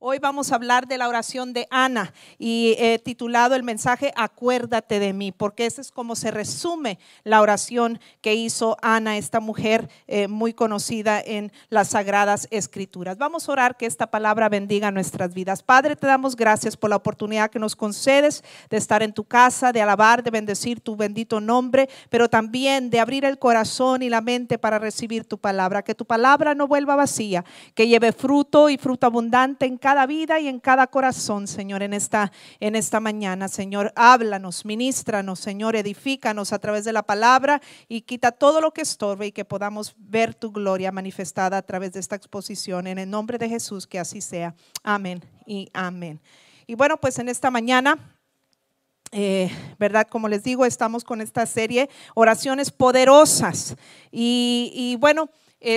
Hoy vamos a hablar de la oración de Ana y he titulado el mensaje Acuérdate de mí, porque ese es como se resume la oración que hizo Ana, esta mujer muy conocida en las Sagradas Escrituras. Vamos a orar que esta palabra bendiga nuestras vidas. Padre, te damos gracias por la oportunidad que nos concedes de estar en tu casa, de alabar, de bendecir tu bendito nombre, pero también de abrir el corazón y la mente para recibir tu palabra. Que tu palabra no vuelva vacía, que lleve fruto y fruto abundante en cada vida y en cada corazón, Señor, en esta mañana. Señor, háblanos, ministranos, Señor, edifícanos a través de la palabra y quita todo lo que estorbe y que podamos ver tu gloria manifestada a través de esta exposición. En el nombre de Jesús, que así sea. Amén y amén. Y bueno, pues en esta mañana, ¿verdad? Como les digo, estamos con esta serie, oraciones poderosas. Y bueno,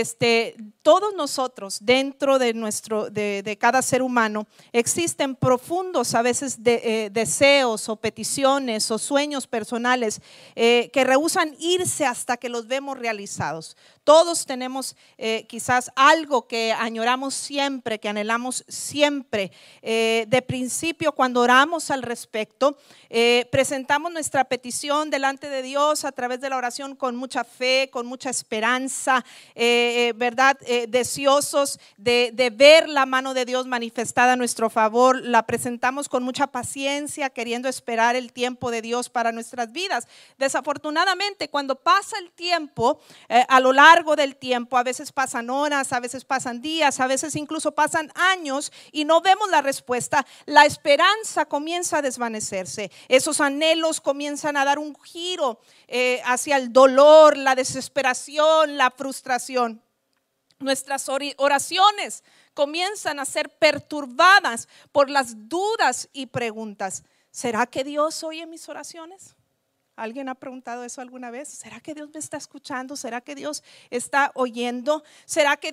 todos nosotros dentro de cada ser humano existen profundos a veces deseos o peticiones o sueños personales que rehúsan irse hasta que los vemos realizados. Todos tenemos quizás algo que añoramos siempre, que anhelamos siempre. De principio, cuando oramos al respecto, presentamos nuestra petición delante de Dios a través de la oración con mucha fe, con mucha esperanza, ¿verdad? Deseosos de ver la mano de Dios manifestada a nuestro favor. La presentamos con mucha paciencia, queriendo esperar el tiempo de Dios para nuestras vidas. Desafortunadamente, cuando pasa el tiempo, a lo largo del tiempo, a veces pasan horas, a veces pasan días, a veces incluso pasan años y no vemos la respuesta. La esperanza comienza a desvanecerse. Esos anhelos comienzan a dar un giro hacia el dolor, la desesperación, la frustración. Nuestras oraciones comienzan a ser perturbadas por las dudas y preguntas. ¿Será que Dios oye mis oraciones? ¿Alguien ha preguntado eso alguna vez? ¿Será que Dios me está escuchando? ¿Será que Dios está oyendo? ¿Será que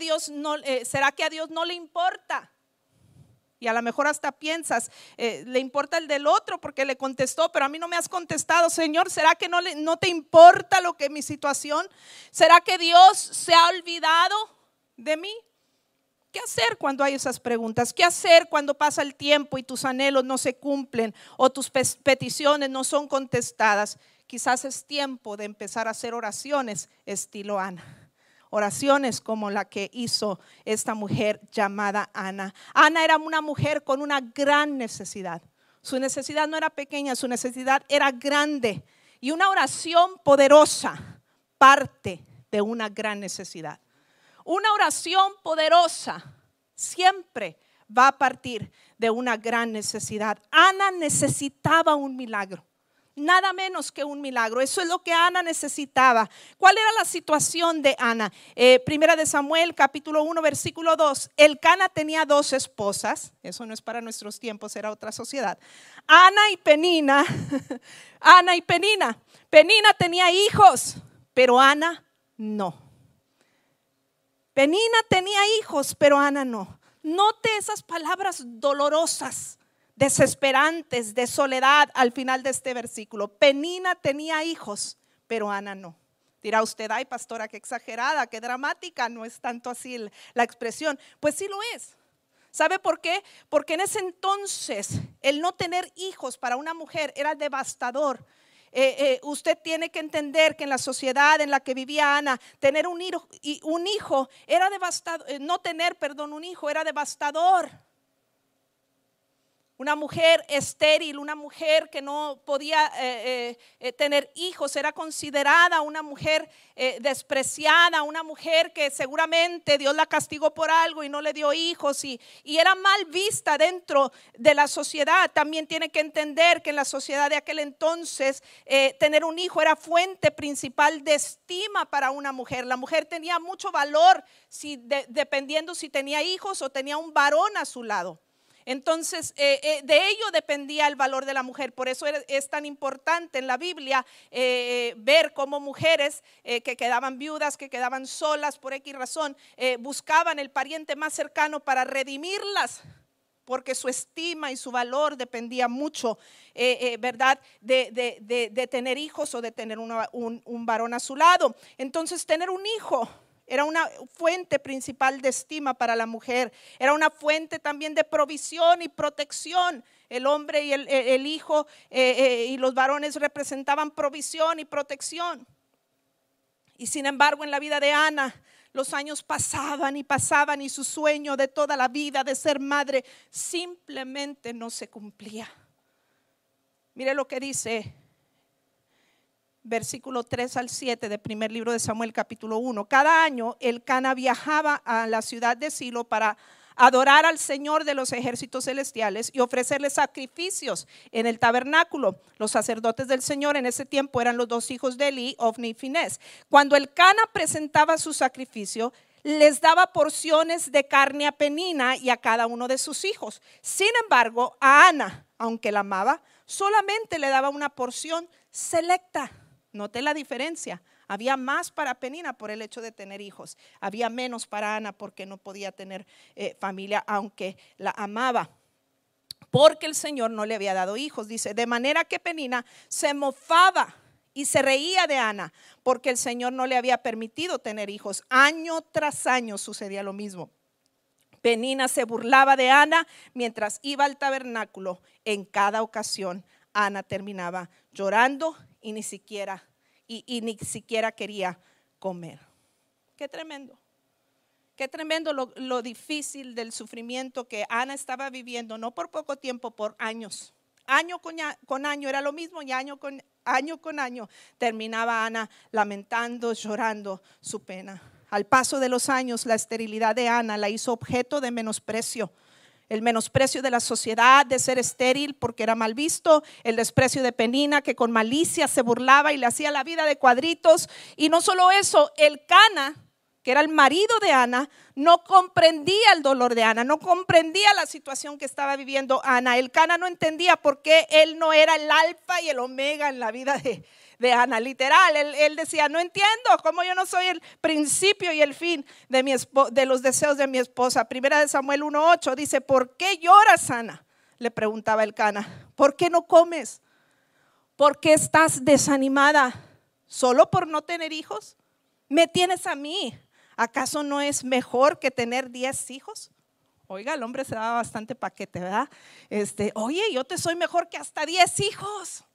a Dios no le importa? Y a lo mejor hasta piensas, le importa el del otro porque le contestó, pero a mí no me has contestado. Señor, ¿será que no te importa lo que mi situación? ¿Será que Dios se ha olvidado de mí? ¿Qué hacer cuando hay esas preguntas? ¿Qué hacer cuando pasa el tiempo y tus anhelos no se cumplen o tus peticiones no son contestadas? Quizás es tiempo de empezar a hacer oraciones estilo Ana. Oraciones como la que hizo esta mujer llamada Ana. Ana era una mujer con una gran necesidad. Su necesidad no era pequeña, su necesidad era grande. Y una oración poderosa parte de una gran necesidad. Una oración poderosa siempre va a partir de una gran necesidad. Ana necesitaba un milagro. Nada menos que un milagro. Eso es lo que Ana necesitaba. ¿Cuál era la situación de Ana? Primera de Samuel, capítulo 1, versículo 2. Elcana tenía 2 esposas. Eso no es para nuestros tiempos, era otra sociedad. Ana y Penina. Ana y Penina. Penina tenía hijos, pero Ana no. Penina tenía hijos, pero Ana no. Note esas palabras dolorosas, desesperantes, de soledad al final de este versículo. Penina tenía hijos, pero Ana no. Dirá usted, ay pastora, qué exagerada, qué dramática. No es tanto así la expresión. Pues sí lo es. ¿Sabe por qué? Porque en ese entonces el no tener hijos para una mujer era devastador. Usted tiene que entender que en la sociedad en la que vivía Ana, tener un hijo era devastador. No tener, un hijo era devastador. Una mujer estéril, una mujer que no podía tener hijos, era considerada una mujer despreciada, una mujer que seguramente Dios la castigó por algo y no le dio hijos y era mal vista dentro de la sociedad. También tiene que entender que en la sociedad de aquel entonces tener un hijo era fuente principal de estima para una mujer. La mujer tenía mucho valor dependiendo si tenía hijos o tenía un varón a su lado. Entonces, de ello dependía el valor de la mujer. Por eso es tan importante en la Biblia ver cómo mujeres que quedaban viudas, que quedaban solas por X razón, buscaban el pariente más cercano para redimirlas, porque su estima y su valor dependía mucho, ¿verdad? De tener hijos o de tener un varón a su lado. Entonces, tener un hijo era una fuente principal de estima para la mujer, era una fuente también de provisión y protección. El hombre y el hijo y los varones representaban provisión y protección. Y sin embargo, en la vida de Ana, los años pasaban y su sueño de toda la vida de ser madre simplemente no se cumplía. Mire lo que dice versículo 3 al 7 del primer libro de Samuel, capítulo 1. Cada año Elcana viajaba a la ciudad de Silo para adorar al Señor de los ejércitos celestiales y ofrecerle sacrificios en el tabernáculo. Los sacerdotes del Señor en ese tiempo eran los dos hijos de Elí, Ofni y Finés. Cuando Elcana presentaba su sacrificio, les daba porciones de carne a Penina y a cada uno de sus hijos. Sin embargo, a Ana, aunque la amaba, solamente le daba una porción selecta. Note la diferencia. Había más para Penina por el hecho de tener hijos. Había menos para Ana porque no podía tener familia, aunque la amaba. Porque el Señor no le había dado hijos. Dice, de manera que Penina se mofaba y se reía de Ana porque el Señor no le había permitido tener hijos. Año tras año sucedía lo mismo. Penina se burlaba de Ana mientras iba al tabernáculo. En cada ocasión Ana terminaba llorando y ni siquiera quería comer. Qué tremendo lo difícil del sufrimiento que Ana estaba viviendo, no por poco tiempo, por años. Año con año era lo mismo y año con año terminaba Ana lamentando, llorando su pena. Al paso de los años, la esterilidad de Ana la hizo objeto de menosprecio. El menosprecio de la sociedad de ser estéril porque era mal visto, el desprecio de Penina que con malicia se burlaba y le hacía la vida de cuadritos. Y no solo eso, Elcana, que era el marido de Ana, no comprendía el dolor de Ana, no comprendía la situación que estaba viviendo Ana. Elcana no entendía por qué él no era el alfa y el omega en la vida de Ana, literal. Él decía, no entiendo cómo yo no soy el principio y el fin de los deseos de mi esposa. Primera de Samuel 1:8 dice, ¿por qué lloras, Ana? Le preguntaba Elcana. ¿Por qué no comes? ¿Por qué estás desanimada? ¿Solo por no tener hijos? ¿Me tienes a mí? ¿Acaso no es mejor que tener 10 hijos? Oiga, el hombre se daba bastante paquete, ¿verdad? Oye, yo te soy mejor que hasta 10 hijos.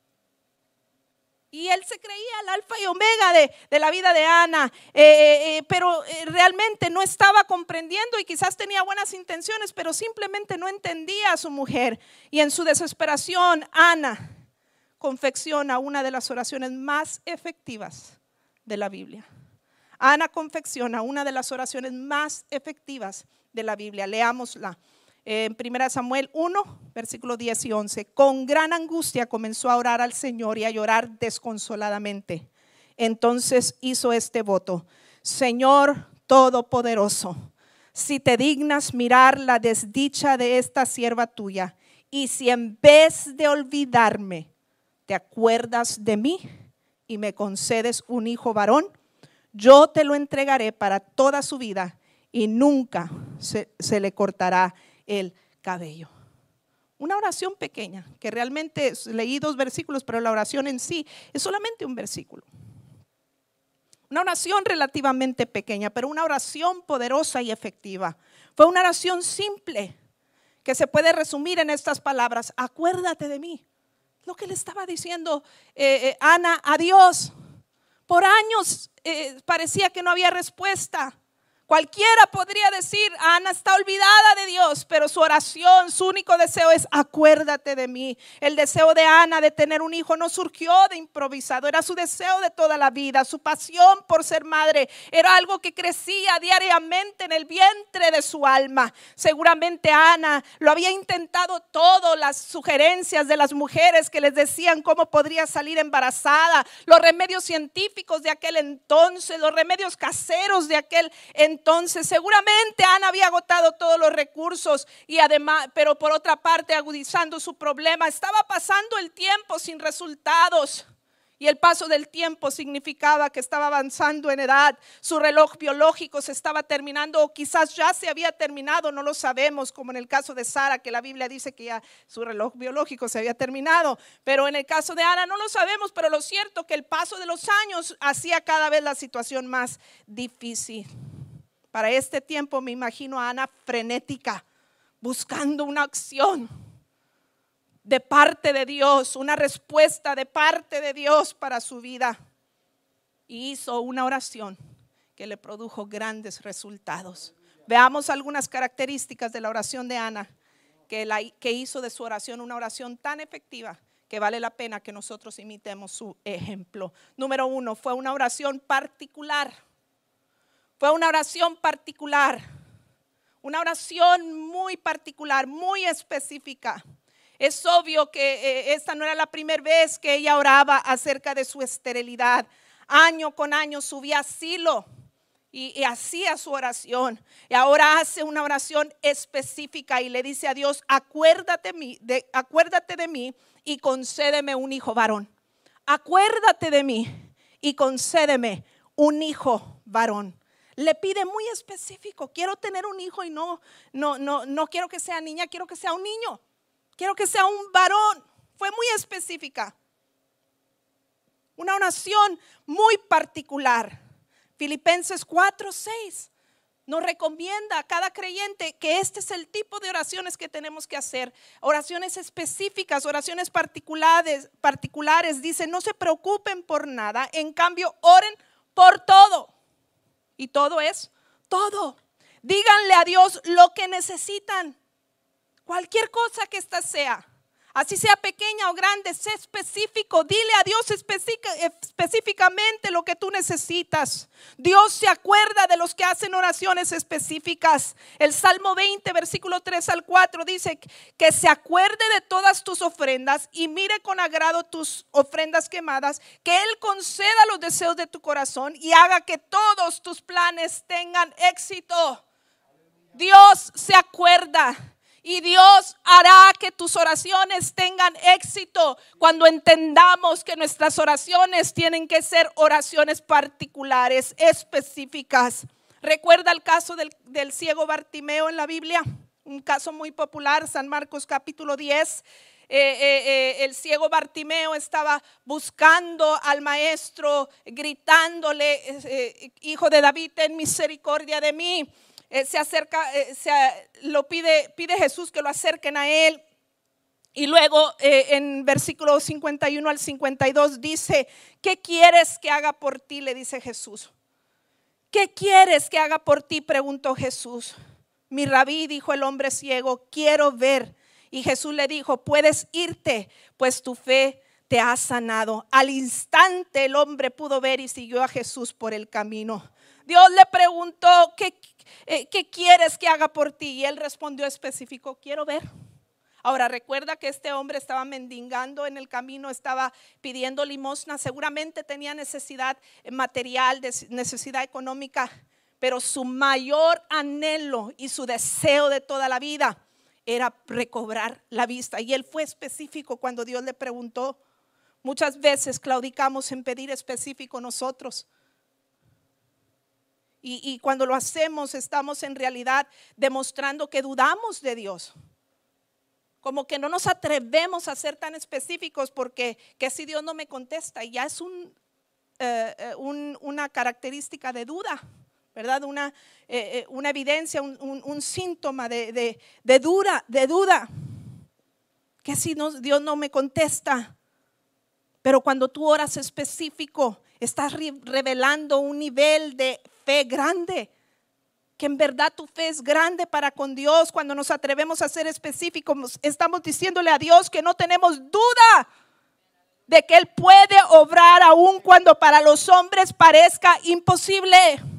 Y él se creía el alfa y omega de la vida de Ana, pero realmente no estaba comprendiendo y quizás tenía buenas intenciones, pero simplemente no entendía a su mujer. Y en su desesperación, Ana confecciona una de las oraciones más efectivas de la Biblia. Ana confecciona una de las oraciones más efectivas de la Biblia. Leámosla. En 1 Samuel 1, versículos 10 y 11. Con gran angustia comenzó a orar al Señor y a llorar desconsoladamente. Entonces hizo este voto: Señor Todopoderoso, si te dignas mirar la desdicha de esta sierva tuya, y si en vez de olvidarme te acuerdas de mí y me concedes un hijo varón, yo te lo entregaré para toda su vida y nunca se le cortará el cabello. Una oración pequeña, que realmente leí 2 versículos, pero la oración en sí es solamente un versículo. Una oración relativamente pequeña, pero una oración poderosa y efectiva. Fue una oración simple que se puede resumir en estas palabras: acuérdate de mí. Lo que le estaba diciendo Ana a Dios. Por años parecía que no había respuesta. Cualquiera podría decir, Ana está olvidada de Dios, pero su oración, su único deseo es: acuérdate de mí. El deseo de Ana de tener un hijo no surgió de improvisado, era su deseo de toda la vida. Su pasión por ser madre era algo que crecía diariamente en el vientre de su alma. Seguramente Ana lo había intentado todo, las sugerencias de las mujeres que les decían cómo podría salir embarazada, los remedios científicos de aquel entonces, los remedios caseros de aquel entonces. Seguramente Ana había agotado todos los recursos y además, pero por otra parte, agudizando su problema, estaba pasando el tiempo sin resultados. Y el paso del tiempo significaba que estaba avanzando en edad, su reloj biológico se estaba terminando o quizás ya se había terminado, no lo sabemos, como en el caso de Sara, que la Biblia dice que ya su reloj biológico se había terminado, pero en el caso de Ana no lo sabemos, pero lo cierto es que el paso de los años hacía cada vez la situación más difícil. Para este tiempo me imagino a Ana frenética, buscando una acción de parte de Dios, una respuesta de parte de Dios para su vida. Y hizo una oración que le produjo grandes resultados. Veamos algunas características de la oración de Ana, que hizo de su oración una oración tan efectiva que vale la pena que nosotros imitemos su ejemplo. Número 1, fue una oración particular. Fue una oración particular. Una oración muy particular, muy específica. Es obvio que esta no era la primera vez que ella oraba acerca de su esterilidad. Año con año subía a Silo y hacía su oración. Y ahora hace una oración específica y le dice a Dios: acuérdate de mí y concédeme un hijo varón. Acuérdate de mí y concédeme un hijo varón. Le pide muy específico: quiero tener un hijo y no quiero que sea niña, quiero que sea un niño. Quiero que sea un varón. Fue muy específica. Una oración muy particular. Filipenses 4:6 nos recomienda a cada creyente que este es el tipo de oraciones que tenemos que hacer. Oraciones específicas, oraciones particulares. Dice: no se preocupen por nada, en cambio oren por todo. Y todo es todo. Díganle a Dios lo que necesitan. Cualquier cosa que ésta sea, así sea pequeña o grande, sé específico. Dile a Dios específicamente lo que tú necesitas. Dios se acuerda de los que hacen oraciones específicas. El Salmo 20, versículo 3 al 4 dice: que se acuerde de todas tus ofrendas y mire con agrado tus ofrendas quemadas, que Él conceda los deseos de tu corazón y haga que todos tus planes tengan éxito. Dios se acuerda. Y Dios hará que tus oraciones tengan éxito cuando entendamos que nuestras oraciones tienen que ser oraciones particulares, específicas. ¿Recuerda el caso del ciego Bartimeo en la Biblia? Un caso muy popular, San Marcos capítulo 10. El ciego Bartimeo estaba buscando al maestro, gritándole: hijo de David, ten misericordia de mí. Se acerca, lo pide Jesús que lo acerquen a él. Y luego en versículos 51 al 52 dice: ¿qué quieres que haga por ti?, le dice Jesús. ¿Qué quieres que haga por ti?, preguntó Jesús. Mi rabí, dijo el hombre ciego, quiero ver. Y Jesús le dijo: puedes irte, pues tu fe te ha sanado. Al instante el hombre pudo ver y siguió a Jesús por el camino. Dios le preguntó: ¿qué quieres que haga por ti? Y él respondió específico: quiero ver. Ahora recuerda que este hombre estaba mendigando en el camino, estaba pidiendo limosna, seguramente tenía necesidad material, necesidad económica, pero su mayor anhelo y su deseo de toda la vida era recobrar la vista. Y él fue específico cuando Dios le preguntó. Muchas veces claudicamos en pedir específico nosotros. Y cuando lo hacemos, estamos en realidad demostrando que dudamos de Dios. Como que no nos atrevemos a ser tan específicos porque que si Dios no me contesta, y ya es una característica de duda, ¿verdad? Una evidencia, un síntoma de duda. Que si Dios no me contesta. Pero cuando tú oras específico, estás revelando un nivel de fe grande, que en verdad tu fe es grande para con Dios. Cuando nos atrevemos a ser específicos, estamos diciéndole a Dios que no tenemos duda de que Él puede obrar aun cuando para los hombres parezca imposible.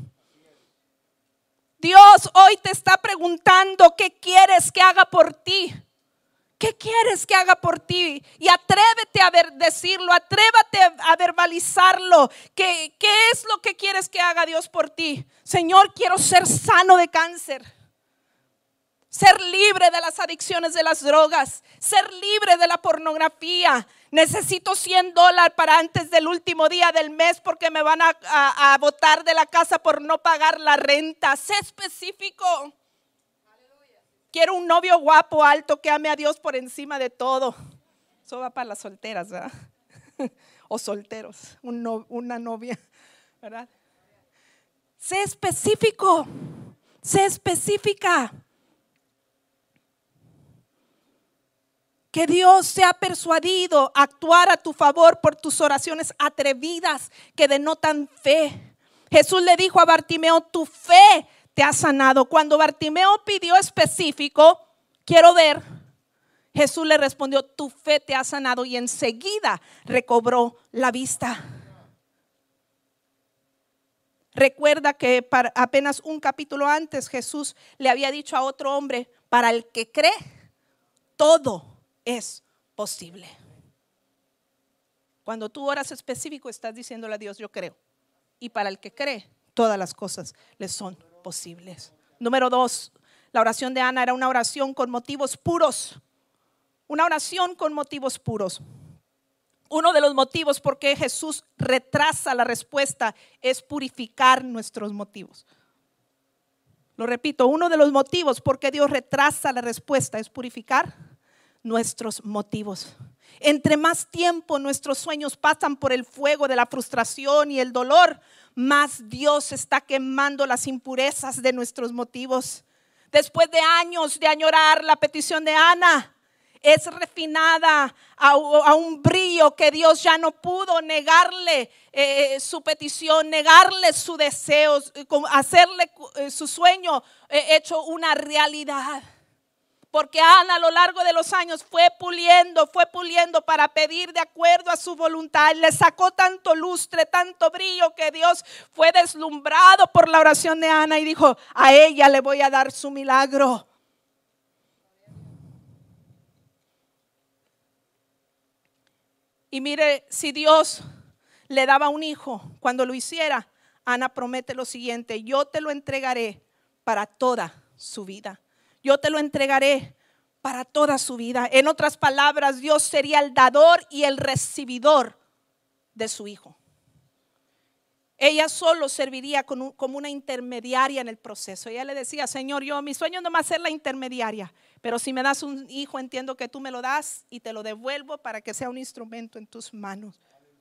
Dios hoy te está preguntando: ¿qué quieres que haga por ti? ¿Qué quieres que haga por ti? Y atrévete a decirlo, atrévete a verbalizarlo. ¿Qué es lo que quieres que haga Dios por ti? Señor, quiero ser sano de cáncer. ser libre de las adicciones de las drogas, ser libre de la pornografía. Necesito $100 para antes del último día del mes porque me van a botar de la casa por no pagar la renta. Sé específico. Quiero un novio guapo, alto, que ame a Dios por encima de todo. Eso va para las solteras, ¿verdad? O solteros, una novia, ¿verdad? Sé específico, sé específica. Que Dios se ha persuadido a actuar a tu favor por tus oraciones atrevidas que denotan fe. Jesús le dijo a Bartimeo, tu fe te ha sanado. Cuando Bartimeo pidió específico, quiero ver, Jesús le respondió, tu fe te ha sanado, y enseguida recobró la vista. Recuerda que apenas un capítulo antes Jesús le había dicho a otro hombre, para el que cree, todo es posible. Cuando tú oras específico, estás diciéndole a Dios, yo creo. Y para el que cree, todas las cosas le son posibles. Número 2, la oración de Ana era una oración con motivos puros. Una oración con motivos puros. Uno de los motivos por qué Jesús retrasa la respuesta es purificar nuestros motivos. Lo repito, uno de los motivos por qué Dios retrasa la respuesta es purificar nuestros motivos. Entre más tiempo nuestros sueños pasan por el fuego de la frustración y el dolor, más Dios está quemando las impurezas de nuestros motivos. Después de años de añorar, la petición de Ana es refinada a un brillo que Dios ya no pudo negarle su petición, negarle su deseo, hacerle su sueño hecho una realidad. Porque Ana a lo largo de los años fue puliendo para pedir de acuerdo a su voluntad. Le sacó tanto lustre, tanto brillo, que Dios fue deslumbrado por la oración de Ana y dijo, a ella le voy a dar su milagro. Y mire, si Dios le daba un hijo, cuando lo hiciera, Ana promete lo siguiente, yo te lo entregaré para toda su vida. Yo te lo entregaré para toda su vida. En otras palabras, Dios sería el dador y el recibidor de su hijo. Ella solo serviría como una intermediaria en el proceso. Ella le decía, Señor, mi sueño no va a ser la intermediaria, pero si me das un hijo, entiendo que tú me lo das y te lo devuelvo para que sea un instrumento en tus manos.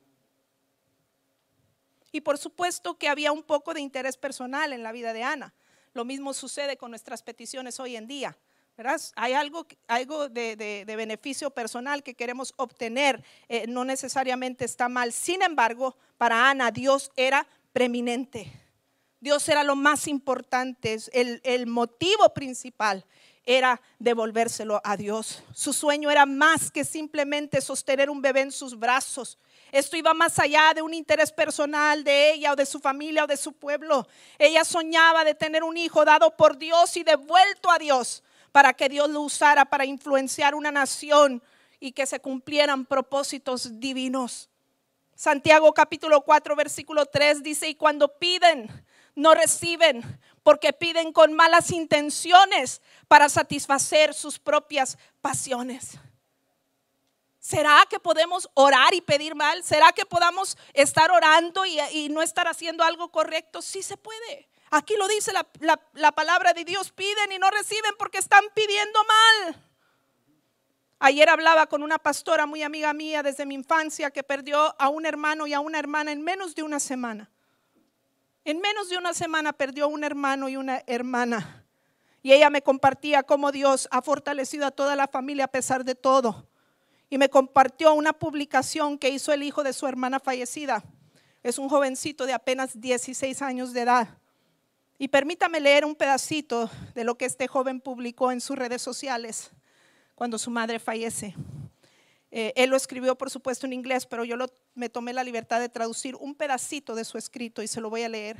Y por supuesto que había un poco de interés personal en la vida de Ana. Lo mismo sucede con nuestras peticiones hoy en día, ¿verdad? Hay algo de beneficio personal que queremos obtener, no necesariamente está mal. Sin embargo, para Ana Dios era preeminente. Dios era lo más importante, el motivo principal era devolvérselo a Dios. Su sueño era más que simplemente sostener un bebé en sus brazos. Esto iba más allá de un interés personal de ella o de su familia o de su pueblo. Ella soñaba de tener un hijo dado por Dios y devuelto a Dios para que Dios lo usara para influenciar una nación y que se cumplieran propósitos divinos. Santiago capítulo 4 versículo 3 dice, y cuando piden, no reciben, porque piden con malas intenciones para satisfacer sus propias pasiones. ¿Será que podemos orar y pedir mal? ¿Será que podamos estar orando y no estar haciendo algo correcto? Sí se puede. Aquí lo dice la palabra de Dios, piden y no reciben porque están pidiendo mal. Ayer hablaba con una pastora muy amiga mía desde mi infancia que perdió a un hermano y a una hermana en menos de una semana. En menos de una semana perdió un hermano y una hermana. Y ella me compartía cómo Dios ha fortalecido a toda la familia a pesar de todo. Y me compartió una publicación que hizo el hijo de su hermana fallecida. Es un jovencito de apenas 16 años de edad. Y permítame leer un pedacito de lo que este joven publicó en sus redes sociales cuando su madre fallece. Él lo escribió, por supuesto, en inglés, pero yo me tomé la libertad de traducir un pedacito de su escrito y se lo voy a leer.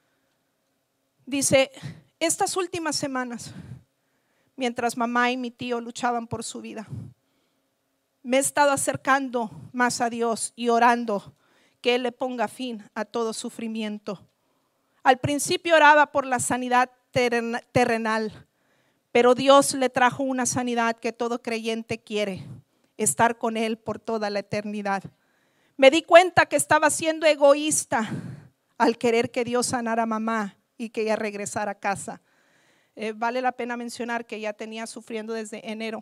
Dice, estas últimas semanas, mientras mamá y mi tío luchaban por su vida, me he estado acercando más a Dios y orando que Él le ponga fin a todo sufrimiento. Al principio oraba por la sanidad terrenal, pero Dios le trajo una sanidad que todo creyente quiere, estar con Él por toda la eternidad. Me di cuenta que estaba siendo egoísta al querer que Dios sanara a mamá y que ella regresara a casa. Vale la pena mencionar que ella tenía sufriendo desde enero.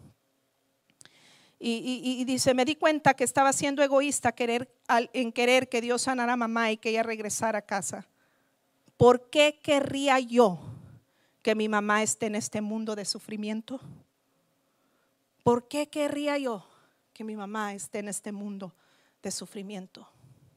Y dice, me di cuenta que estaba siendo egoísta en querer que Dios sanara a mamá y que ella regresara a casa. ¿Por qué querría yo que mi mamá esté en este mundo de sufrimiento? ¿Por qué querría yo que mi mamá esté en este mundo de sufrimiento?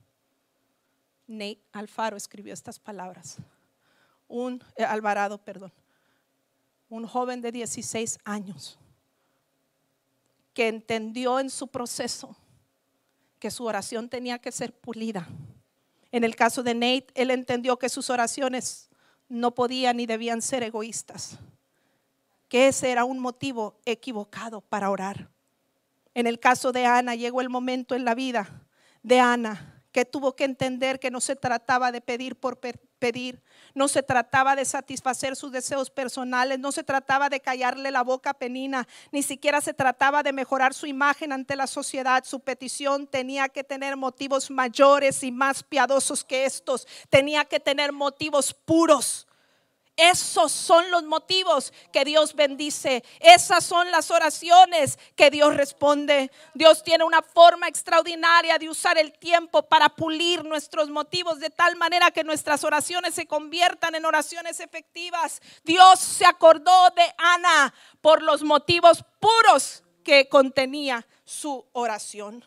Nate Alfaro escribió estas palabras. Alvarado, un joven de 16 años que entendió en su proceso que su oración tenía que ser pulida. En el caso de Nate, él entendió que sus oraciones no podían ni debían ser egoístas, que ese era un motivo equivocado para orar. En el caso de Ana, llegó el momento en la vida de Ana que tuvo que entender que no se trataba de pedir por pedir, no se trataba de satisfacer sus deseos personales, no se trataba de callarle la boca a Penina, ni siquiera se trataba de mejorar su imagen ante la sociedad. Su petición tenía que tener motivos mayores y más piadosos que estos, tenía que tener motivos puros. Esos son los motivos que Dios bendice. Esas son las oraciones que Dios responde. Dios tiene una forma extraordinaria de usar el tiempo para pulir nuestros motivos de tal manera que nuestras oraciones se conviertan en oraciones efectivas. Dios se acordó de Ana por los motivos puros que contenía su oración.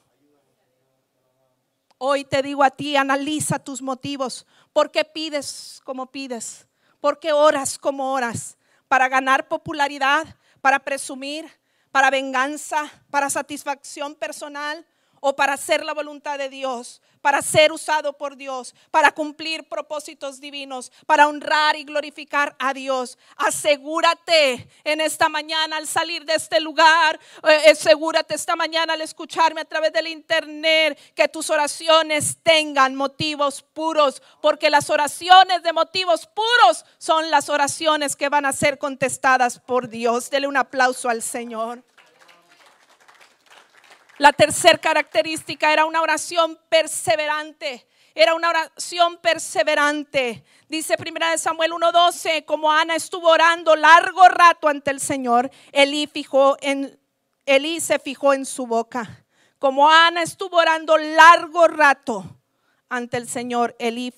Hoy te digo a ti, analiza tus motivos. ¿Por qué pides como pides? ¿Por qué oras como oras? ¿Para ganar popularidad? ¿Para presumir? ¿Para venganza? ¿Para satisfacción personal? ¿O para hacer la voluntad de Dios? ¿Para ser usado por Dios? ¿Para cumplir propósitos divinos? ¿Para honrar y glorificar a Dios? Asegúrate en esta mañana al salir de este lugar, asegúrate esta mañana al escucharme a través del internet, que tus oraciones tengan motivos puros, porque las oraciones de motivos puros son las oraciones que van a ser contestadas por Dios. Dele un aplauso al Señor. La tercera característica era una oración perseverante. Era una oración perseverante. Dice 1 Samuel 1:12, como Ana estuvo orando largo rato ante el Señor, Elí se fijó en su boca. Como Ana estuvo orando largo rato ante el Señor, Elí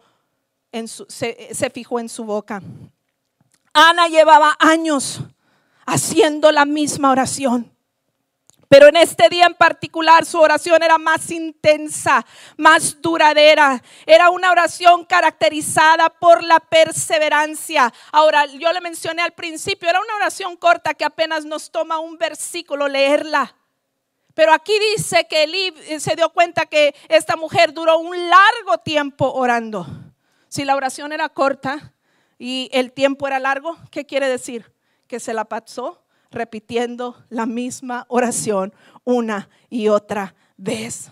se fijó en su boca. Ana llevaba años haciendo la misma oración. Pero en este día en particular su oración era más intensa, más duradera. Era una oración caracterizada por la perseverancia. Ahora, yo le mencioné al principio, era una oración corta que apenas nos toma un versículo leerla. Pero aquí dice que Elí se dio cuenta que esta mujer duró un largo tiempo orando. Si la oración era corta y el tiempo era largo, ¿qué quiere decir? Que se la pasó repitiendo la misma oración una y otra vez.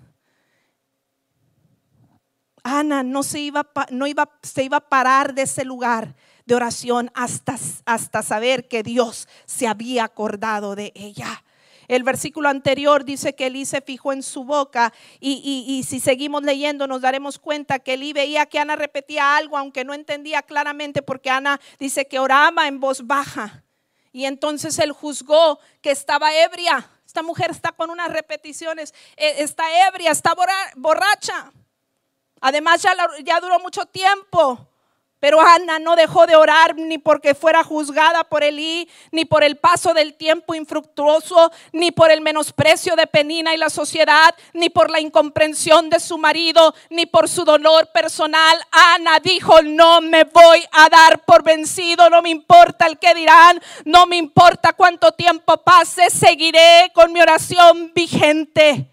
Ana se iba a parar de ese lugar de oración hasta saber que Dios se había acordado de ella. El versículo anterior dice que Elí se fijó en su boca y si seguimos leyendo nos daremos cuenta que Elí veía que Ana repetía algo aunque no entendía claramente, porque Ana dice que oraba en voz baja. Y entonces él juzgó que estaba ebria. Esta mujer está con unas repeticiones, está ebria, está borracha. Además ya duró mucho tiempo. Pero Ana no dejó de orar ni porque fuera juzgada por Elí, ni por el paso del tiempo infructuoso, ni por el menosprecio de Penina y la sociedad, ni por la incomprensión de su marido, ni por su dolor personal. Ana dijo: no me voy a dar por vencido, no me importa el que dirán, no me importa cuánto tiempo pase, seguiré con mi oración vigente.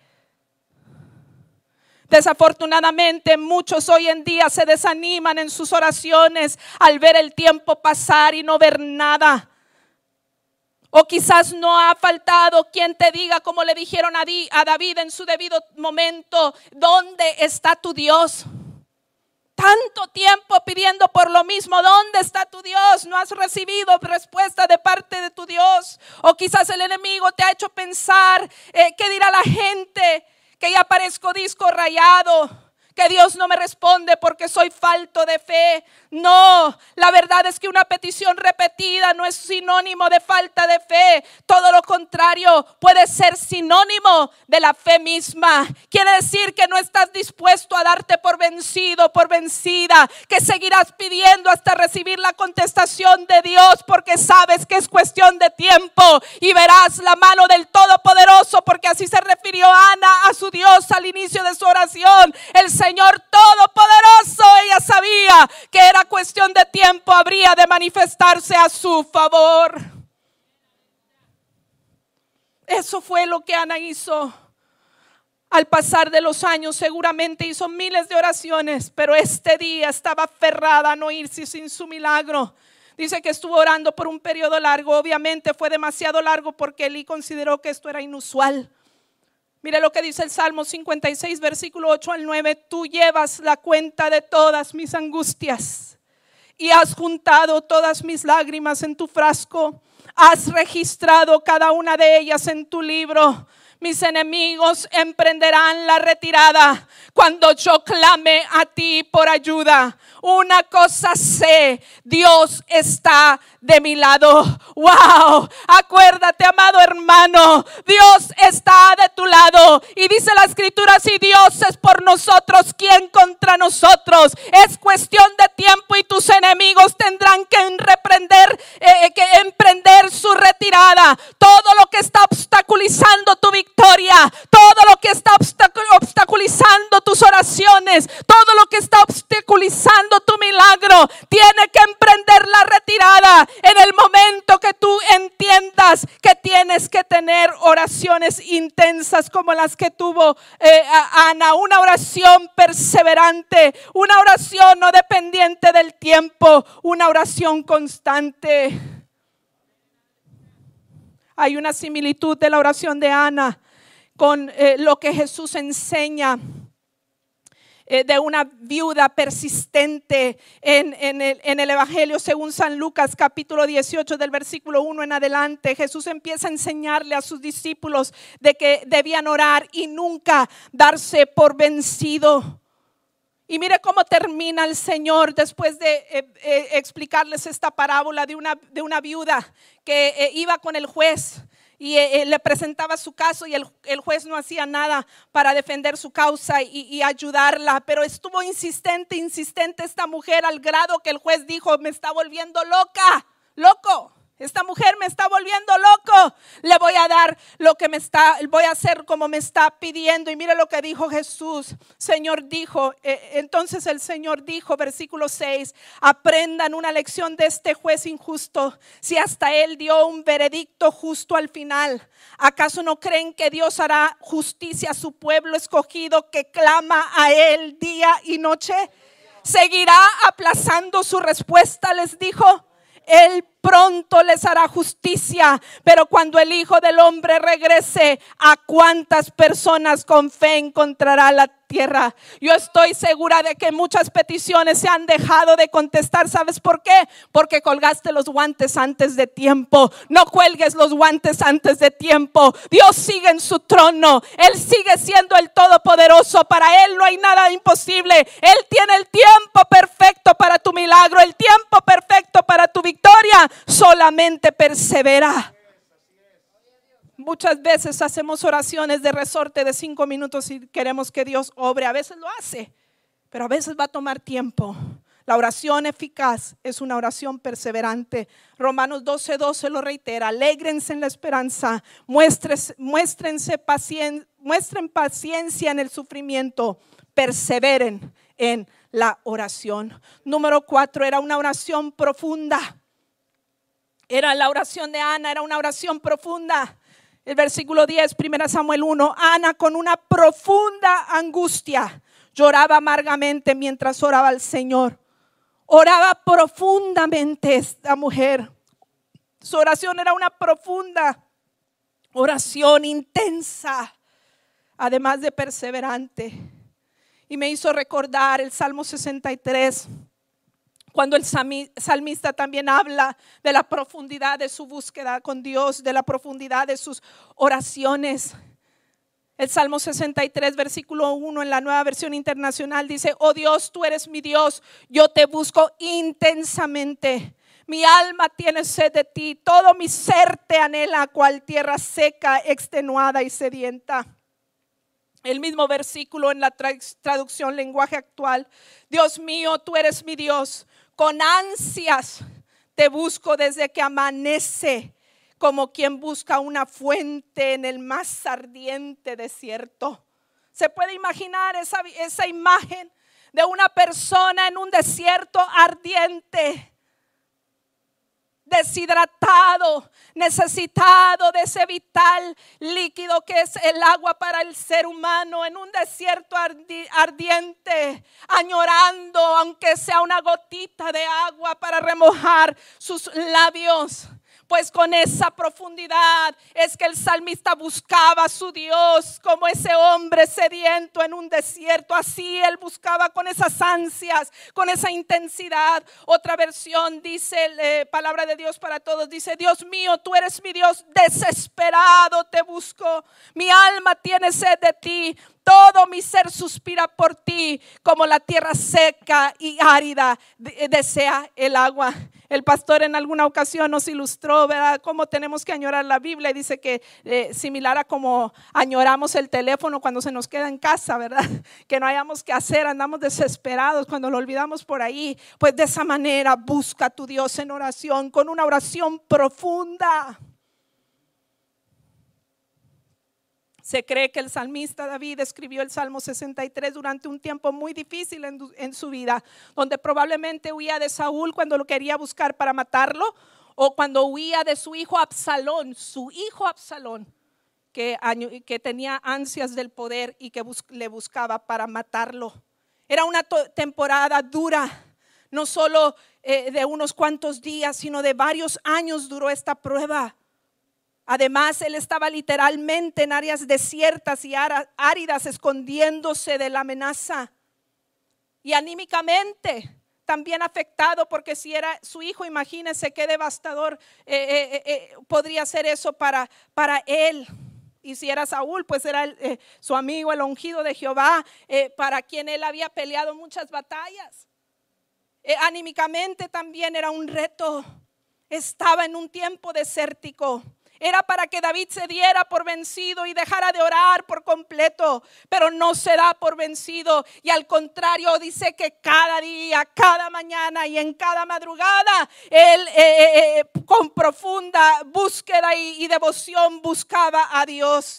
Desafortunadamente muchos hoy en día se desaniman en sus oraciones al ver el tiempo pasar y no ver nada. O quizás no ha faltado quien te diga, como le dijeron a David en su debido momento: ¿dónde está tu Dios? Tanto tiempo pidiendo por lo mismo. ¿Dónde está tu Dios? No has recibido respuesta de parte de tu Dios. O quizás el enemigo te ha hecho pensar, ¿qué dirá la gente? Que ya parezco disco rayado, que Dios no me responde porque soy falto de fe. No, la verdad es que una petición repetida no es sinónimo de falta de fe. Todo lo contrario, puede ser sinónimo de la fe misma. Quiere decir que no estás dispuesto a darte por vencido, por vencida, que seguirás pidiendo hasta recibir la contestación de Dios, porque sabes que es cuestión de tiempo y verás la mano del Todopoderoso, porque así se refirió Ana a su Dios al inicio de su oración. El Señor Todopoderoso, ella sabía que era cuestión de tiempo, habría de manifestarse a su favor. Eso fue lo que Ana hizo. Al pasar de los años seguramente hizo miles de oraciones, pero este día estaba aferrada a no irse sin su milagro. Dice que estuvo orando por un periodo largo. Obviamente fue demasiado largo porque Elí consideró que esto era inusual. Mire lo que dice el Salmo 56, versículo 8 al 9. Tú llevas la cuenta de todas mis angustias y has juntado todas mis lágrimas en tu frasco. Has registrado cada una de ellas en tu libro. Mis enemigos emprenderán la retirada cuando yo clame a ti por ayuda. Una cosa sé, Dios está de mi lado. Wow, acuérdate, amado hermano, Dios está de tu lado. Y dice la escritura, si Dios es por nosotros, ¿quién contra nosotros? Es cuestión de tiempo y tus enemigos tendrán que emprender su retirada. Todo lo que está obstaculizando tu victoria, todo lo que está obstaculizando tus oraciones, todo lo que está obstaculizando tu milagro, tiene que emprender la retirada en el momento que tú entiendas que tienes que tener oraciones intensas como las que tuvo Ana, una oración perseverante, una oración no dependiente del tiempo, una oración constante. Hay una similitud de la oración de Ana con lo que Jesús enseña de una viuda persistente en el Evangelio según San Lucas capítulo 18 del versículo 1 en adelante. Jesús empieza a enseñarle a sus discípulos de que debían orar y nunca darse por vencido. Y mire cómo termina el Señor después de explicarles esta parábola de una viuda que iba con el juez y le presentaba su caso y el juez no hacía nada para defender su causa y ayudarla, pero estuvo insistente esta mujer al grado que el juez dijo, me está volviendo loco. Esta mujer me está volviendo loco. Le voy a dar voy a hacer como me está pidiendo. Y mire lo que dijo Jesús. Entonces el Señor dijo, versículo 6, aprendan una lección de este juez injusto. Si hasta él dio un veredicto justo al final, ¿acaso no creen que Dios hará justicia a su pueblo escogido que clama a él día y noche? ¿Seguirá aplazando su respuesta? Les dijo. Él pronto les hará justicia, pero cuando el Hijo del Hombre regrese, ¿a cuántas personas con fe encontrará la tierra? Yo estoy segura de que muchas peticiones se han dejado de contestar. ¿Sabes por qué? Porque colgaste los guantes antes de tiempo. No cuelgues los guantes antes de tiempo. Dios sigue en su trono. Él sigue siendo el Todopoderoso. Para Él no hay nada imposible. Él tiene el tiempo perfecto para tu milagro, el tiempo perfecto para tu victoria. Solamente persevera. Muchas veces hacemos oraciones de resorte de 5 minutos y queremos que Dios obre. A veces lo hace, pero a veces va a tomar tiempo. La oración eficaz es una oración perseverante. Romanos 12:12 lo reitera. Alégrense en la esperanza, muestren paciencia en el sufrimiento, perseveren en la oración. Número 4, era una oración profunda. Era la oración de Ana, era una oración profunda. El versículo 10, 1 Samuel 1, Ana con una profunda angustia lloraba amargamente mientras oraba al Señor. Oraba profundamente esta mujer. Su oración era una profunda oración intensa, además de perseverante. y me hizo recordar el Salmo 63, cuando el salmista también habla de la profundidad de su búsqueda con Dios, de la profundidad de sus oraciones. El Salmo 63, versículo 1 en la Nueva Versión Internacional dice: oh Dios, tú eres mi Dios, yo te busco intensamente. Mi alma tiene sed de ti, todo mi ser te anhela, cual tierra seca, extenuada y sedienta. El mismo versículo en la traducción lenguaje actual: Dios mío, tú eres mi Dios, con ansias te busco desde que amanece, como quien busca una fuente en el más ardiente desierto. ¿Se puede imaginar esa imagen de una persona en un desierto ardiente, deshidratado, necesitado de ese vital líquido que es el agua para el ser humano, en un desierto ardiente, añorando aunque sea una gotita de agua para remojar sus labios? Pues con esa profundidad es que el salmista buscaba a su Dios, como ese hombre sediento en un desierto. Así él buscaba con esas ansias, con esa intensidad. Otra versión dice, palabra de Dios para todos, dice: Dios mío, tú eres mi Dios, desesperado te busco. Mi alma tiene sed de ti, todo mi ser suspira por ti, como la tierra seca y árida desea el agua. El pastor en alguna ocasión nos ilustró, ¿verdad?, cómo tenemos que añorar la Biblia, y dice que similar a como añoramos el teléfono cuando se nos queda en casa, ¿verdad? Que no hayamos que hacer, andamos desesperados cuando lo olvidamos por ahí. Pues de esa manera busca a tu Dios en oración, con una oración profunda. Se cree que el salmista David escribió el Salmo 63 durante un tiempo muy difícil en su vida, donde probablemente huía de Saúl cuando lo quería buscar para matarlo, o cuando huía de su hijo Absalón, que tenía ansias del poder y que le buscaba para matarlo. Era una temporada dura, no solo de unos cuantos días, sino de varios años duró esta prueba. Además, él estaba literalmente en áreas desiertas y áridas, escondiéndose de la amenaza. Y anímicamente también afectado, porque si era su hijo, imagínense qué devastador podría ser eso para él. Y si era Saúl, pues era su amigo, el ungido de Jehová, para quien él había peleado muchas batallas. Anímicamente también era un reto. Estaba en un tiempo desértico. Era para que David se diera por vencido y dejara de orar por completo, pero no se da por vencido, y al contrario dice que cada día, cada mañana y en cada madrugada él con profunda búsqueda y devoción buscaba a Dios.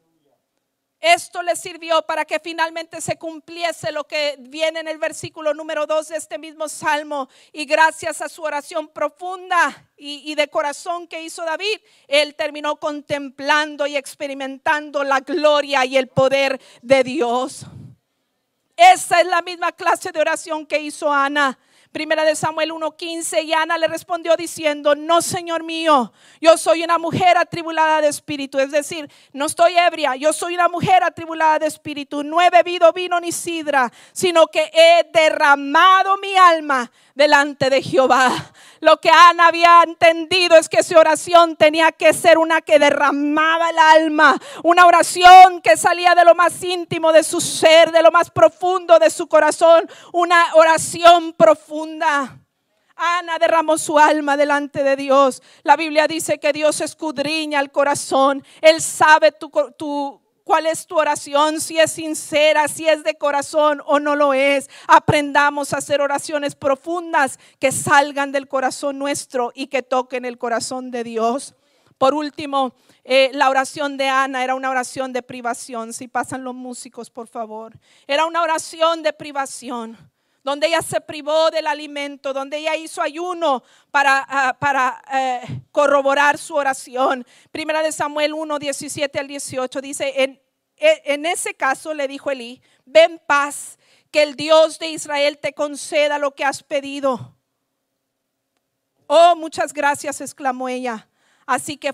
Esto le sirvió para que finalmente se cumpliese lo que viene en el versículo número 2 de este mismo salmo. Y gracias a su oración profunda y de corazón que hizo David, él terminó contemplando y experimentando la gloria y el poder de Dios. Esa es la misma clase de oración que hizo Ana. Primera de Samuel 1:15, y Ana le respondió diciendo: no, Señor mío, yo soy una mujer atribulada de espíritu. Es decir, no estoy ebria, yo soy una mujer atribulada de espíritu. No he bebido vino ni sidra, sino que he derramado mi alma delante de Jehová. Lo que Ana había entendido es que su oración tenía que ser una que derramaba el alma, una oración que salía de lo más íntimo de su ser, de lo más profundo de su corazón, una oración profunda. Ana derramó su alma delante de Dios. La Biblia dice que Dios escudriña el corazón. Él sabe cuál es tu oración, si es sincera, si es de corazón o no lo es. Aprendamos a hacer oraciones profundas que salgan del corazón nuestro y que toquen el corazón de Dios. Por último, la oración de Ana era una oración de privación. Si pasan los músicos, por favor. Era una oración de privación, donde ella se privó del alimento, donde ella hizo ayuno para corroborar su oración. Primera de Samuel 1:17 al 18 dice: en ese caso le dijo Elí: ve en paz, que el Dios de Israel te conceda lo que has pedido. Oh, muchas gracias, exclamó ella. Así que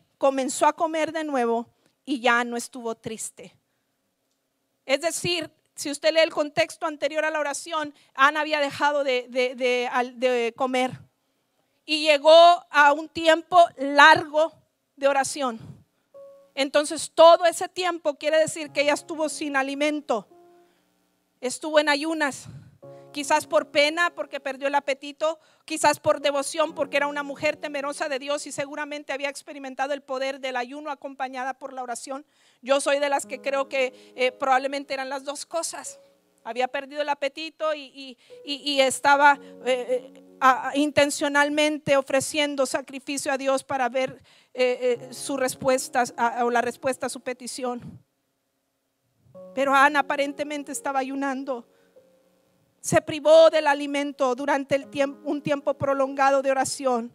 comenzó a comer de nuevo y ya no estuvo triste. Es decir, Si usted lee el contexto anterior a la oración, Ana había dejado de comer y llegó a un tiempo largo de oración. Entonces todo ese tiempo quiere decir que ella estuvo sin alimento, estuvo en ayunas. Quizás por pena, porque perdió el apetito, quizás por devoción, porque era una mujer temerosa de Dios y seguramente había experimentado el poder del ayuno acompañada por la oración. Yo soy de las que creo que probablemente eran las dos cosas. Había perdido el apetito y estaba intencionalmente ofreciendo sacrificio a Dios para ver su respuesta o la respuesta a su petición. Pero Ana aparentemente estaba ayunando. Se privó del alimento durante un tiempo prolongado de oración.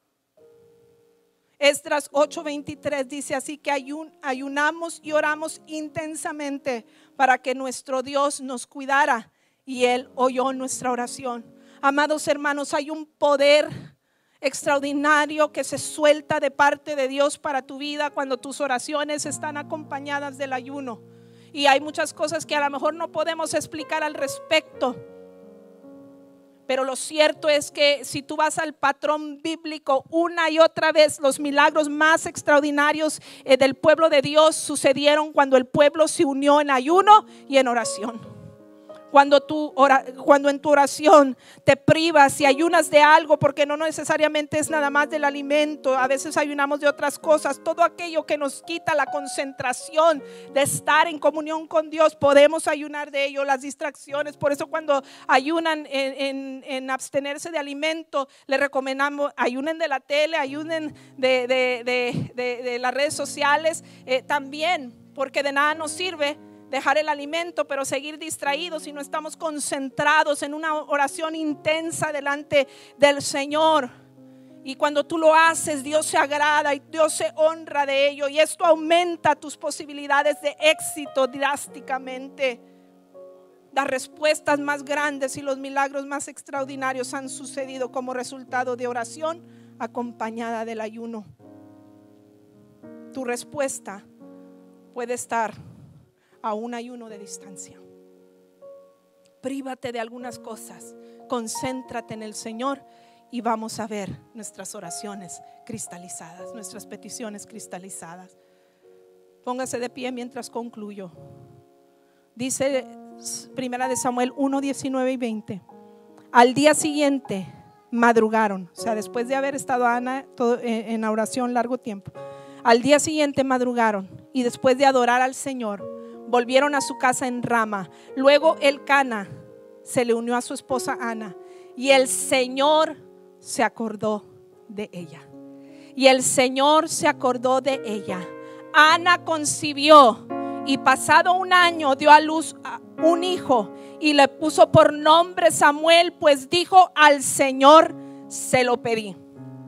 Esdras 8:23 dice así que ayunamos y oramos intensamente para que nuestro Dios nos cuidara y Él oyó nuestra oración. Amados hermanos, hay un poder extraordinario que se suelta de parte de Dios para tu vida cuando tus oraciones están acompañadas del ayuno. Y hay muchas cosas que a lo mejor no podemos explicar al respecto. Pero lo cierto es que si tú vas al patrón bíblico una y otra vez, los milagros más extraordinarios del pueblo de Dios sucedieron cuando el pueblo se unió en ayuno y en oración. Cuando en tu oración te privas y ayunas de algo, porque no necesariamente es nada más del alimento, a veces ayunamos de otras cosas, todo aquello que nos quita la concentración de estar en comunión con Dios, podemos ayunar de ello, las distracciones. Por eso cuando ayunan en abstenerse de alimento, le recomendamos ayunen de la tele, ayunen de las redes sociales también, porque de nada nos sirve dejar el alimento pero seguir distraídos si no estamos concentrados en una oración intensa delante del Señor. Y cuando tú lo haces, Dios se agrada y Dios se honra de ello, y esto aumenta tus posibilidades de éxito drásticamente. Las respuestas más grandes y los milagros más extraordinarios han sucedido como resultado de oración acompañada del ayuno. Tu respuesta puede estar a un ayuno de distancia. Prívate de algunas cosas, concéntrate en el Señor y vamos a ver nuestras oraciones cristalizadas, nuestras peticiones cristalizadas. Póngase de pie mientras concluyo. Dice Primera de Samuel 1, 19 y 20. Al día siguiente madrugaron, o sea, después de haber estado Ana en oración largo tiempo, al día siguiente madrugaron y después de adorar al Señor volvieron a su casa en Rama. Luego Elcana se le unió a su esposa Ana y el Señor se acordó de ella. Y el Señor se acordó de ella. Ana concibió y pasado un año dio a luz a un hijo y le puso por nombre Samuel, pues dijo: al Señor se lo pedí.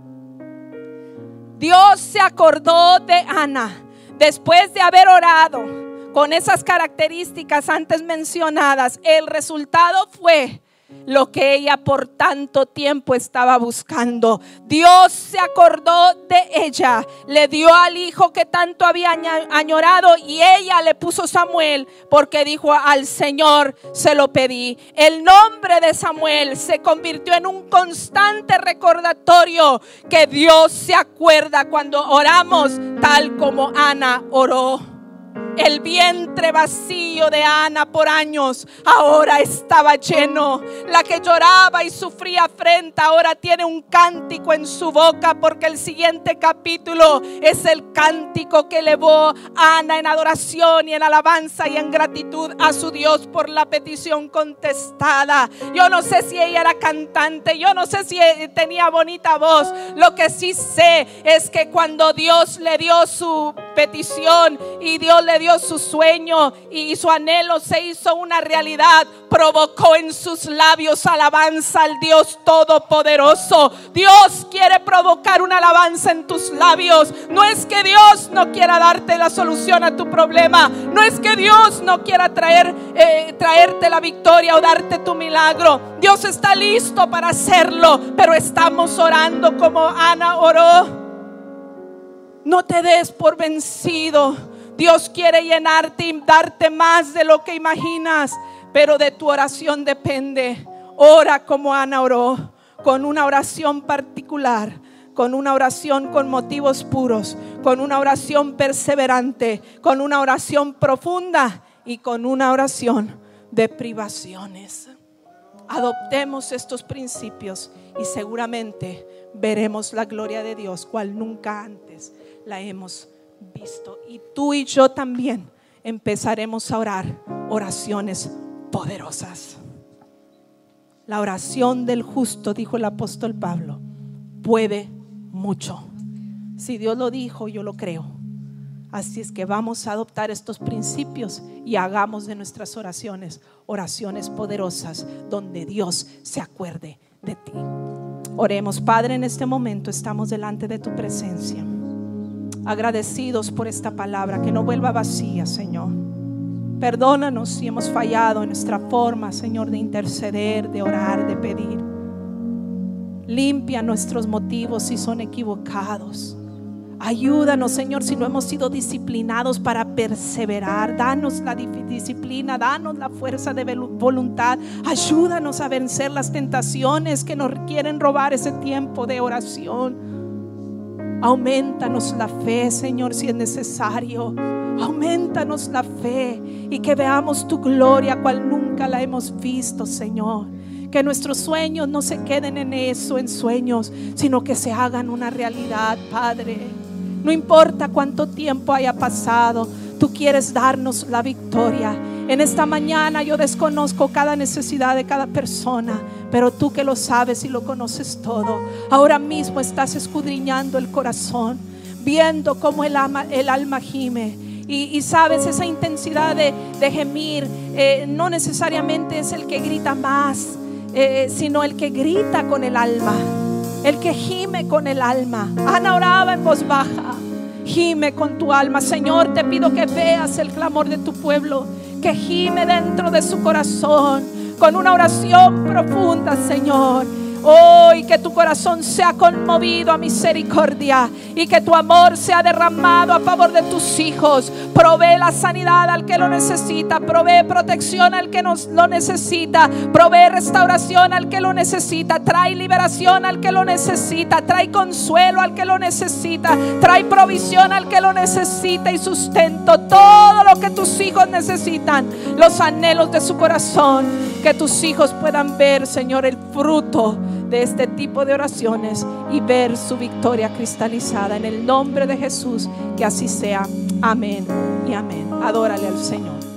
Dios se acordó de Ana después de haber orado con esas características antes mencionadas. El resultado fue lo que ella por tanto tiempo estaba buscando. Dios se acordó de ella, le dio al hijo que tanto había añorado y ella le puso Samuel porque dijo: al Señor se lo pedí. El nombre de Samuel se convirtió en un constante recordatorio que Dios se acuerda cuando oramos tal como Ana oró. El vientre vacío de Ana por años ahora estaba lleno. La que lloraba y sufría afrenta ahora tiene un cántico en su boca, porque el siguiente capítulo es el cántico que elevó Ana en adoración y en alabanza y en gratitud a su Dios por la petición contestada. Yo no sé si ella era cantante, yo no sé si tenía bonita voz. Lo que sí sé es que cuando Dios le dio su petición y Dios le dio su sueño y su anhelo se hizo una realidad, provocó en sus labios alabanza al Dios Todopoderoso. Dios quiere provocar una alabanza en tus labios. No es que Dios no quiera darte la solución a tu problema, no es que Dios no quiera traerte la victoria o darte tu milagro. Dios está listo para hacerlo, pero estamos orando como Ana oró. No te des por vencido. Dios quiere llenarte y darte más de lo que imaginas, pero de tu oración depende. Ora como Ana oró, con una oración particular, con una oración con motivos puros, con una oración perseverante, con una oración profunda y con una oración de privaciones. Adoptemos estos principios y seguramente veremos la gloria de Dios cual nunca antes la hemos visto. Y tú y yo también empezaremos a orar oraciones poderosas. La oración del justo, dijo el apóstol Pablo, puede mucho. Si Dios lo dijo, yo lo creo. Así es que vamos a adoptar estos principios y hagamos de nuestras oraciones oraciones poderosas donde Dios se acuerde de ti. Oremos. Padre, en este momento estamos delante de tu presencia, agradecidos por esta palabra, que no vuelva vacía, Señor. Perdónanos si hemos fallado en nuestra forma, Señor, de interceder, de orar, de pedir. Limpia nuestros motivos si son equivocados. Ayúdanos, Señor, si no hemos sido disciplinados para perseverar. Danos la disciplina, danos la fuerza de voluntad. Ayúdanos a vencer las tentaciones que nos quieren robar ese tiempo de oración. Aumentanos la fe, Señor, si es necesario. Aumentanos la fe y que veamos tu gloria cual nunca la hemos visto, Señor. Que nuestros sueños no se queden en eso, en sueños, sino que se hagan una realidad, Padre. No importa cuánto tiempo haya pasado, tú quieres darnos la victoria. En esta mañana yo desconozco cada necesidad de cada persona, pero tú que lo sabes y lo conoces todo, ahora mismo estás escudriñando el corazón, viendo cómo el alma gime. Y sabes, esa intensidad de gemir no necesariamente es el que grita más, sino el que grita con el alma, el que gime con el alma. Ana oraba en voz baja. Gime con tu alma. Señor, te pido que veas el clamor de tu pueblo, que gime dentro de su corazón con una oración profunda, Señor. Hoy que tu corazón sea conmovido a misericordia y que tu amor sea derramado a favor de tus hijos. Provee la sanidad al que lo necesita, provee protección al que lo necesita, provee restauración al que lo necesita, trae liberación al que lo necesita, trae consuelo al que lo necesita, trae provisión al que lo necesita y sustento. Todo lo que tus hijos necesitan, los anhelos de su corazón, que tus hijos puedan ver, Señor, el fruto de este tipo de oraciones y ver su victoria cristalizada. En el nombre de Jesús, que así sea. Amén y amén. Adórale al Señor.